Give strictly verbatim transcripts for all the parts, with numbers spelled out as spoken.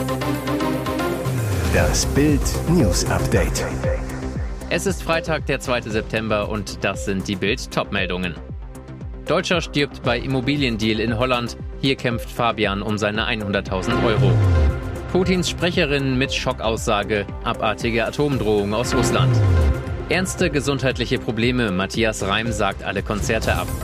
Das Bild News Update. Es ist Freitag, der zweite September und das sind die Bild-Top-Meldungen. Deutscher stirbt bei Immobiliendeal in Holland. Hier kämpft Fabian um seine hunderttausend Euro. Putins Sprecherin mit Schockaussage. Abartige Atomdrohung aus Russland. Ernste gesundheitliche Probleme. Matthias Reim sagt alle Konzerte ab.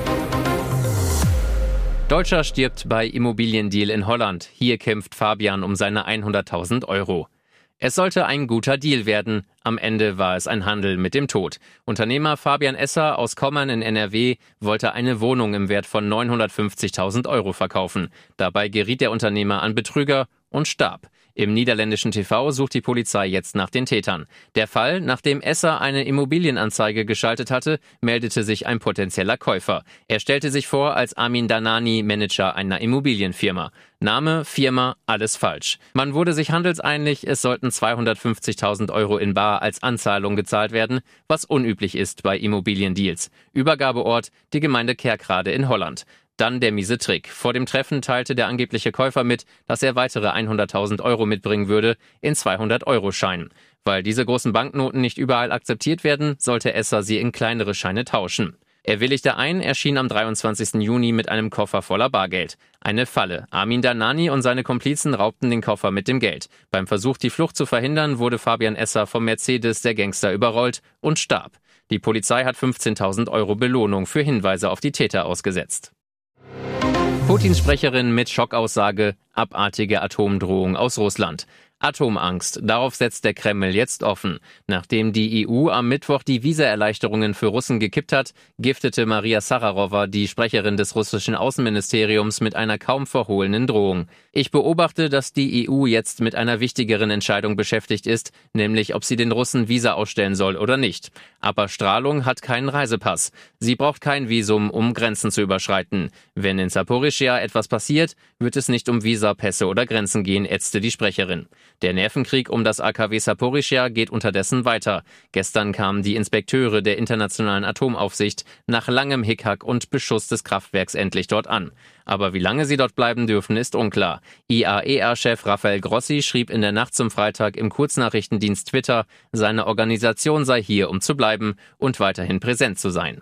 Deutscher stirbt bei Immobiliendeal in Holland. Hier kämpft Fabian um seine hunderttausend Euro. Es sollte ein guter Deal werden. Am Ende war es ein Handel mit dem Tod. Unternehmer Fabian Esser aus Kommern in N R W wollte eine Wohnung im Wert von neunhundertfünfzigtausend Euro verkaufen. Dabei geriet der Unternehmer an Betrüger und starb. Im niederländischen T V sucht die Polizei jetzt nach den Tätern. Der Fall: Nachdem Esser eine Immobilienanzeige geschaltet hatte, meldete sich ein potenzieller Käufer. Er stellte sich vor als Amin Danani, Manager einer Immobilienfirma. Name, Firma, alles falsch. Man wurde sich handelseinig, es sollten zweihundertfünfzigtausend Euro in bar als Anzahlung gezahlt werden, was unüblich ist bei Immobiliendeals. Übergabeort: die Gemeinde Kerkrade in Holland. Dann der miese Trick. Vor dem Treffen teilte der angebliche Käufer mit, dass er weitere hunderttausend Euro mitbringen würde in zweihundert-Euro-Scheinen. Weil diese großen Banknoten nicht überall akzeptiert werden, sollte Esser sie in kleinere Scheine tauschen. Er willigte ein, erschien am dreiundzwanzigsten Juni mit einem Koffer voller Bargeld. Eine Falle. Amin Danani und seine Komplizen raubten den Koffer mit dem Geld. Beim Versuch, die Flucht zu verhindern, wurde Fabian Esser vom Mercedes der Gangster überrollt und starb. Die Polizei hat fünfzehntausend Euro Belohnung für Hinweise auf die Täter ausgesetzt. Putins Sprecherin mit Schockaussage. Abartige Atomdrohung aus Russland. Atomangst. Darauf setzt der Kreml jetzt offen. Nachdem die E U am Mittwoch die Visaerleichterungen für Russen gekippt hat, giftete Maria Sacharowa, die Sprecherin des russischen Außenministeriums, mit einer kaum verhohlenen Drohung. Ich beobachte, dass die E U jetzt mit einer wichtigeren Entscheidung beschäftigt ist, nämlich ob sie den Russen Visa ausstellen soll oder nicht. Aber Strahlung hat keinen Reisepass. Sie braucht kein Visum, um Grenzen zu überschreiten. Wenn in Saporischschja etwas passiert, wird es nicht um Visa, Pässe oder Grenzen gehen, ätzte die Sprecherin. Der Nervenkrieg um das A K W Saporischschja geht unterdessen weiter. Gestern kamen die Inspekteure der Internationalen Atomaufsicht nach langem Hickhack und Beschuss des Kraftwerks endlich dort an. Aber wie lange sie dort bleiben dürfen, ist unklar. I A E A-Chef Rafael Grossi schrieb in der Nacht zum Freitag im Kurznachrichtendienst Twitter, seine Organisation sei hier, um zu bleiben und weiterhin präsent zu sein.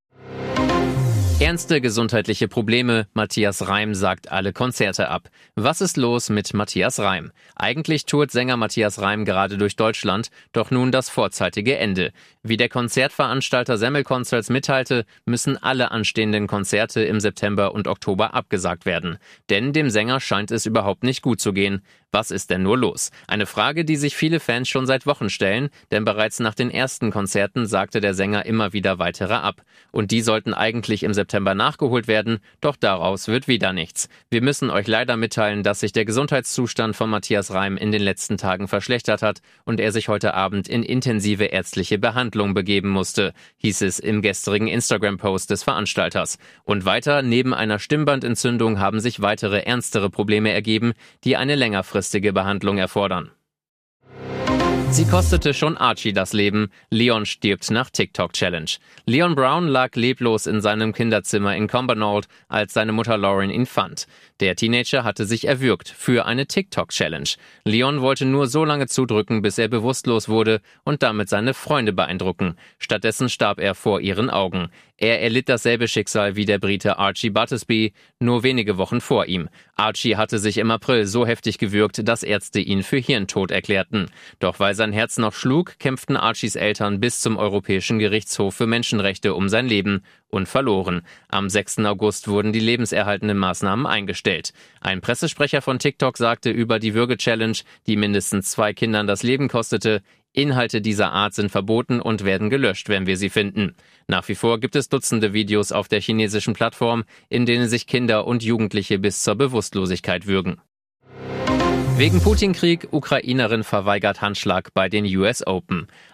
Ernste gesundheitliche Probleme. Matthias Reim sagt alle Konzerte ab. Was ist los mit Matthias Reim? Eigentlich tourt Sänger Matthias Reim gerade durch Deutschland, doch nun das vorzeitige Ende. Wie der Konzertveranstalter Semmel Concerts mitteilte, müssen alle anstehenden Konzerte im September und Oktober abgesagt werden. Denn dem Sänger scheint es überhaupt nicht gut zu gehen. Was ist denn nur los? Eine Frage, die sich viele Fans schon seit Wochen stellen, denn bereits nach den ersten Konzerten sagte der Sänger immer wieder weitere ab. Und die sollten eigentlich im September nachgeholt werden, doch daraus wird wieder nichts. Wir müssen euch leider mitteilen, dass sich der Gesundheitszustand von Matthias Reim in den letzten Tagen verschlechtert hat und er sich heute Abend in intensive ärztliche Behandlung begeben musste, hieß es im gestrigen Instagram-Post des Veranstalters. Und weiter: Neben einer Stimmbandentzündung haben sich weitere ernstere Probleme ergeben, die eine längerfristige Behandlung erfordern. Sie kostete schon Archie das Leben. Leon stirbt nach TikTok-Challenge. Leon Brown lag leblos in seinem Kinderzimmer in Cumbernauld, als seine Mutter Lauren ihn fand. Der Teenager hatte sich erwürgt für eine TikTok-Challenge. Leon wollte nur so lange zudrücken, bis er bewusstlos wurde und damit seine Freunde beeindrucken. Stattdessen starb er vor ihren Augen. Er erlitt dasselbe Schicksal wie der Brite Archie Buttersby, nur wenige Wochen vor ihm. Archie hatte sich im April so heftig gewürgt, dass Ärzte ihn für Hirntod erklärten. Doch weil sein Herz noch schlug, kämpften Archies Eltern bis zum Europäischen Gerichtshof für Menschenrechte um sein Leben und verloren. Am sechsten August wurden die lebenserhaltenden Maßnahmen eingestellt. Ein Pressesprecher von TikTok sagte über die Würge-Challenge, die mindestens zwei Kindern das Leben kostete: Inhalte dieser Art sind verboten und werden gelöscht, wenn wir sie finden. Nach wie vor gibt es Dutzende Videos auf der chinesischen Plattform, in denen sich Kinder und Jugendliche bis zur Bewusstlosigkeit würgen. Wegen Putin-Krieg, Ukrainerin verweigert Handschlag bei den U S Open.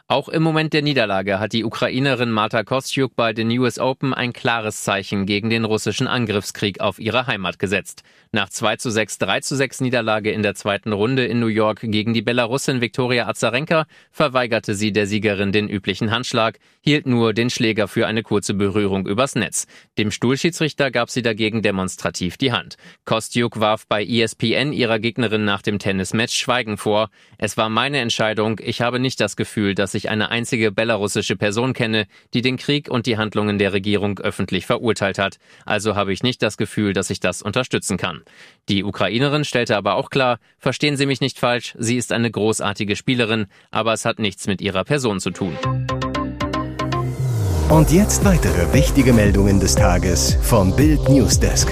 Auch im Moment der Niederlage hat die Ukrainerin Marta Kostyuk bei den U S Open ein klares Zeichen gegen den russischen Angriffskrieg auf ihre Heimat gesetzt. Nach zwei zu sechs, drei zu sechs Niederlage in der zweiten Runde in New York gegen die Belarusin Viktoria Azarenka verweigerte sie der Siegerin den üblichen Handschlag, hielt nur den Schläger für eine kurze Berührung übers Netz. Dem Stuhlschiedsrichter gab sie dagegen demonstrativ die Hand. Kostyuk warf bei E S P N ihrer Gegnerin nach dem Tennismatch Schweigen vor. Es war meine Entscheidung, ich habe nicht das Gefühl, dass ich eine einzige belarussische Person kenne, die den Krieg und die Handlungen der Regierung öffentlich verurteilt hat. Also habe ich nicht das Gefühl, dass ich das unterstützen kann. Die Ukrainerin stellte aber auch klar, verstehen Sie mich nicht falsch, sie ist eine großartige Spielerin, aber es hat nichts mit ihrer Person zu tun. Und jetzt weitere wichtige Meldungen des Tages vom Bild Newsdesk.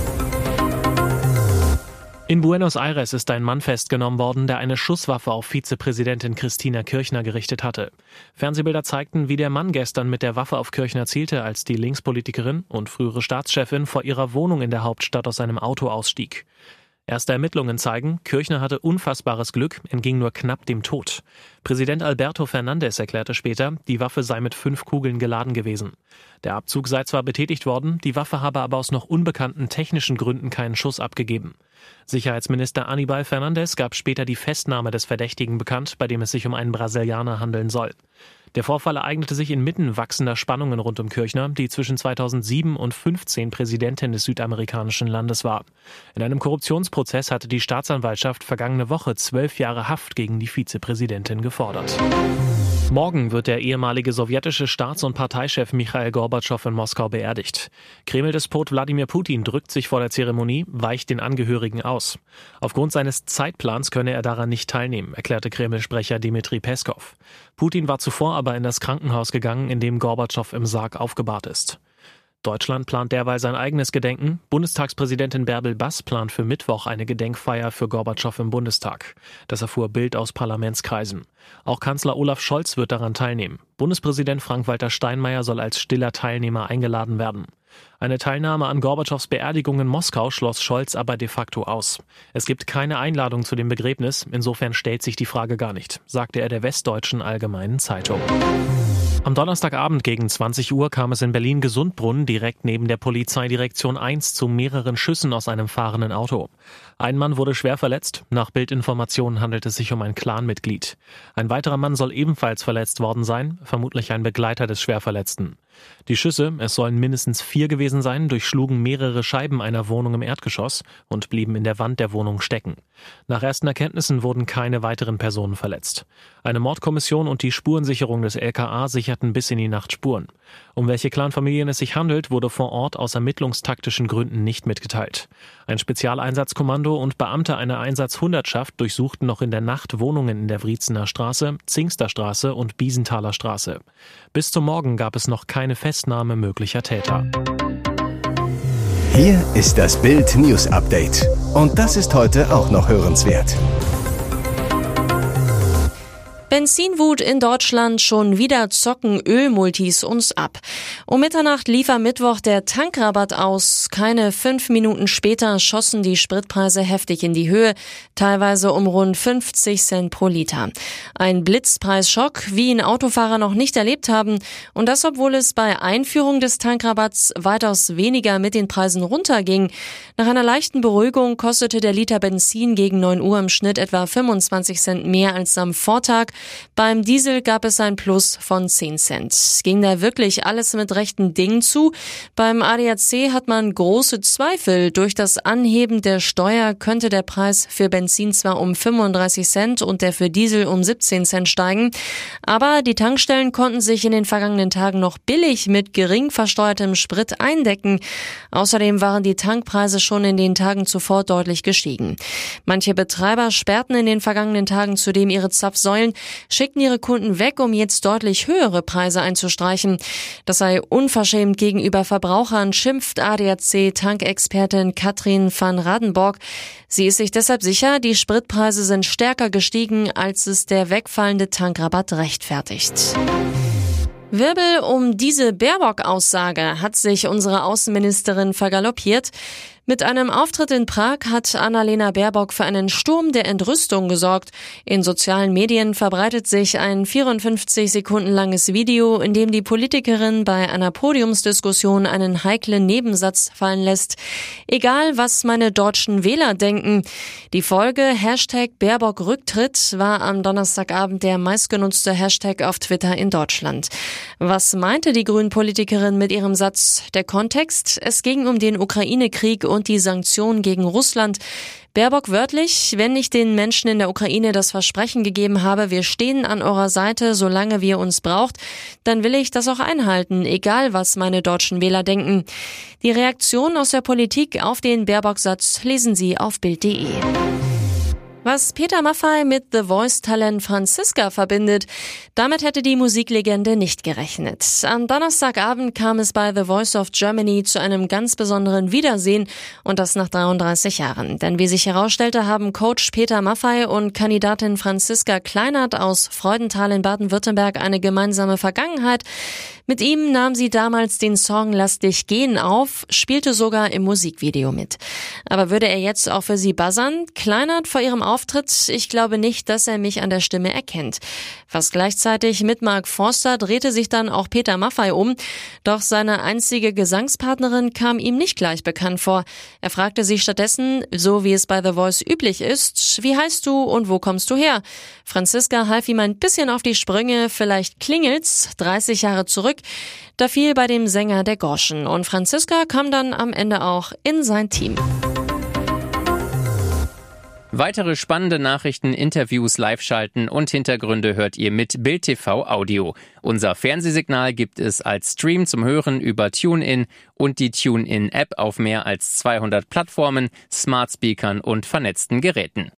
In Buenos Aires ist ein Mann festgenommen worden, der eine Schusswaffe auf Vizepräsidentin Christina Kirchner gerichtet hatte. Fernsehbilder zeigten, wie der Mann gestern mit der Waffe auf Kirchner zielte, als die Linkspolitikerin und frühere Staatschefin vor ihrer Wohnung in der Hauptstadt aus seinem Auto ausstieg. Erste Ermittlungen zeigen, Kirchner hatte unfassbares Glück, entging nur knapp dem Tod. Präsident Alberto Fernandez erklärte später, die Waffe sei mit fünf Kugeln geladen gewesen. Der Abzug sei zwar betätigt worden, die Waffe habe aber aus noch unbekannten technischen Gründen keinen Schuss abgegeben. Sicherheitsminister Aníbal Fernández gab später die Festnahme des Verdächtigen bekannt, bei dem es sich um einen Brasilianer handeln soll. Der Vorfall ereignete sich inmitten wachsender Spannungen rund um Kirchner, die zwischen zweitausendsieben und fünfzehn Präsidentin des südamerikanischen Landes war. In einem Korruptionsprozess hatte die Staatsanwaltschaft vergangene Woche zwölf Jahre Haft gegen die Vizepräsidentin gefordert. Morgen wird der ehemalige sowjetische Staats- und Parteichef Michail Gorbatschow in Moskau beerdigt. Kreml-Despot Wladimir Putin drückt sich vor der Zeremonie, weicht den Angehörigen aus. Aufgrund seines Zeitplans könne er daran nicht teilnehmen, erklärte Kreml-Sprecher Dmitri Peskov. Putin war zuvor aber in das Krankenhaus gegangen, in dem Gorbatschow im Sarg aufgebahrt ist. Deutschland plant derweil sein eigenes Gedenken. Bundestagspräsidentin Bärbel Bass plant für Mittwoch eine Gedenkfeier für Gorbatschow im Bundestag. Das erfuhr Bild aus Parlamentskreisen. Auch Kanzler Olaf Scholz wird daran teilnehmen. Bundespräsident Frank-Walter Steinmeier soll als stiller Teilnehmer eingeladen werden. Eine Teilnahme an Gorbatschows Beerdigung in Moskau schloss Scholz aber de facto aus. Es gibt keine Einladung zu dem Begräbnis, insofern stellt sich die Frage gar nicht, sagte er der Westdeutschen Allgemeinen Zeitung. Am Donnerstagabend gegen zwanzig Uhr kam es in Berlin-Gesundbrunnen direkt neben der Polizeidirektion eins zu mehreren Schüssen aus einem fahrenden Auto. Ein Mann wurde schwer verletzt. Nach Bildinformationen handelt es sich um ein Clanmitglied. Ein weiterer Mann soll ebenfalls verletzt worden sein, vermutlich ein Begleiter des Schwerverletzten. Die Schüsse, es sollen mindestens vier gewesen sein, durchschlugen mehrere Scheiben einer Wohnung im Erdgeschoss und blieben in der Wand der Wohnung stecken. Nach ersten Erkenntnissen wurden keine weiteren Personen verletzt. Eine Mordkommission und die Spurensicherung des L K A sicherten bis in die Nacht Spuren. Um welche Clanfamilien es sich handelt, wurde vor Ort aus ermittlungstaktischen Gründen nicht mitgeteilt. Ein Spezialeinsatzkommando und Beamte einer Einsatzhundertschaft durchsuchten noch in der Nacht Wohnungen in der Wriezener Straße, Zingsterstraße und Biesenthaler Straße. Bis zum Morgen gab es noch keine Festnahme möglicher Täter. Hier ist das Bild News Update. Und das ist heute auch noch hörenswert. Benzinwut in Deutschland, schon wieder zocken Ölmultis uns ab. Um Mitternacht lief am Mittwoch der Tankrabatt aus. Keine fünf Minuten später schossen die Spritpreise heftig in die Höhe, teilweise um rund fünfzig Cent pro Liter. Ein Blitzpreisschock, wie ihn Autofahrer noch nicht erlebt haben. Und das, obwohl es bei Einführung des Tankrabatts weitaus weniger mit den Preisen runterging. Nach einer leichten Beruhigung kostete der Liter Benzin gegen neun Uhr im Schnitt etwa fünfundzwanzig Cent mehr als am Vortag. Beim Diesel gab es ein Plus von zehn Cent. Ging da wirklich alles mit rechten Dingen zu? Beim A D A C hat man große Zweifel. Durch das Anheben der Steuer könnte der Preis für Benzin zwar um fünfunddreißig Cent und der für Diesel um siebzehn Cent steigen, aber die Tankstellen konnten sich in den vergangenen Tagen noch billig mit gering versteuertem Sprit eindecken. Außerdem waren die Tankpreise schon in den Tagen zuvor deutlich gestiegen. Manche Betreiber sperrten in den vergangenen Tagen zudem ihre Zapfsäulen, schickten ihre Kunden weg, um jetzt deutlich höhere Preise einzustreichen. Das sei unverschämt gegenüber Verbrauchern, schimpft A D A C-Tankexpertin Katrin van Radenborg. Sie ist sich deshalb sicher, die Spritpreise sind stärker gestiegen, als es der wegfallende Tankrabatt rechtfertigt. Wirbel um diese Baerbock-Aussage hat sich unsere Außenministerin vergaloppiert. Mit einem Auftritt in Prag hat Annalena Baerbock für einen Sturm der Entrüstung gesorgt. In sozialen Medien verbreitet sich ein vierundfünfzig Sekunden langes Video, in dem die Politikerin bei einer Podiumsdiskussion einen heiklen Nebensatz fallen lässt. Egal, was meine deutschen Wähler denken. Die Folge Hashtag Baerbock Rücktritt war am Donnerstagabend der meistgenutzte Hashtag auf Twitter in Deutschland. Was meinte die Grünen-Politikerin mit ihrem Satz? Der Kontext? Es ging um den Ukraine-Krieg und die Sanktionen gegen Russland. Baerbock wörtlich: Wenn ich den Menschen in der Ukraine das Versprechen gegeben habe, wir stehen an eurer Seite, solange wir uns braucht, dann will ich das auch einhalten, egal was meine deutschen Wähler denken. Die Reaktion aus der Politik auf den Baerbock-Satz lesen Sie auf Bild punkt de. Was Peter Maffay mit The Voice-Talent Franziska verbindet, damit hätte die Musiklegende nicht gerechnet. Am Donnerstagabend kam es bei The Voice of Germany zu einem ganz besonderen Wiedersehen und das nach dreiunddreißig Jahren. Denn wie sich herausstellte, haben Coach Peter Maffay und Kandidatin Franziska Kleinert aus Freudenthal in Baden-Württemberg eine gemeinsame Vergangenheit. Mit ihm nahm sie damals den Song Lass dich gehen auf, spielte sogar im Musikvideo mit. Aber würde er jetzt auch für sie buzzern? Kleinert vor ihrem Auftritt: Ich glaube nicht, dass er mich an der Stimme erkennt. Fast gleichzeitig mit Mark Forster drehte sich dann auch Peter Maffay um. Doch seine einzige Gesangspartnerin kam ihm nicht gleich bekannt vor. Er fragte sie stattdessen, so wie es bei The Voice üblich ist: Wie heißt du und wo kommst du her? Franziska half ihm ein bisschen auf die Sprünge. Vielleicht klingelt's, dreißig Jahre zurück. Da fiel bei dem Sänger der Groschen und Franziska kam dann am Ende auch in sein Team. Weitere spannende Nachrichten, Interviews, Live-Schalten und Hintergründe hört ihr mit Bild T V Audio. Unser Fernsehsignal gibt es als Stream zum Hören über TuneIn und die TuneIn-App auf mehr als zweihundert Plattformen, Smart-Speakern und vernetzten Geräten.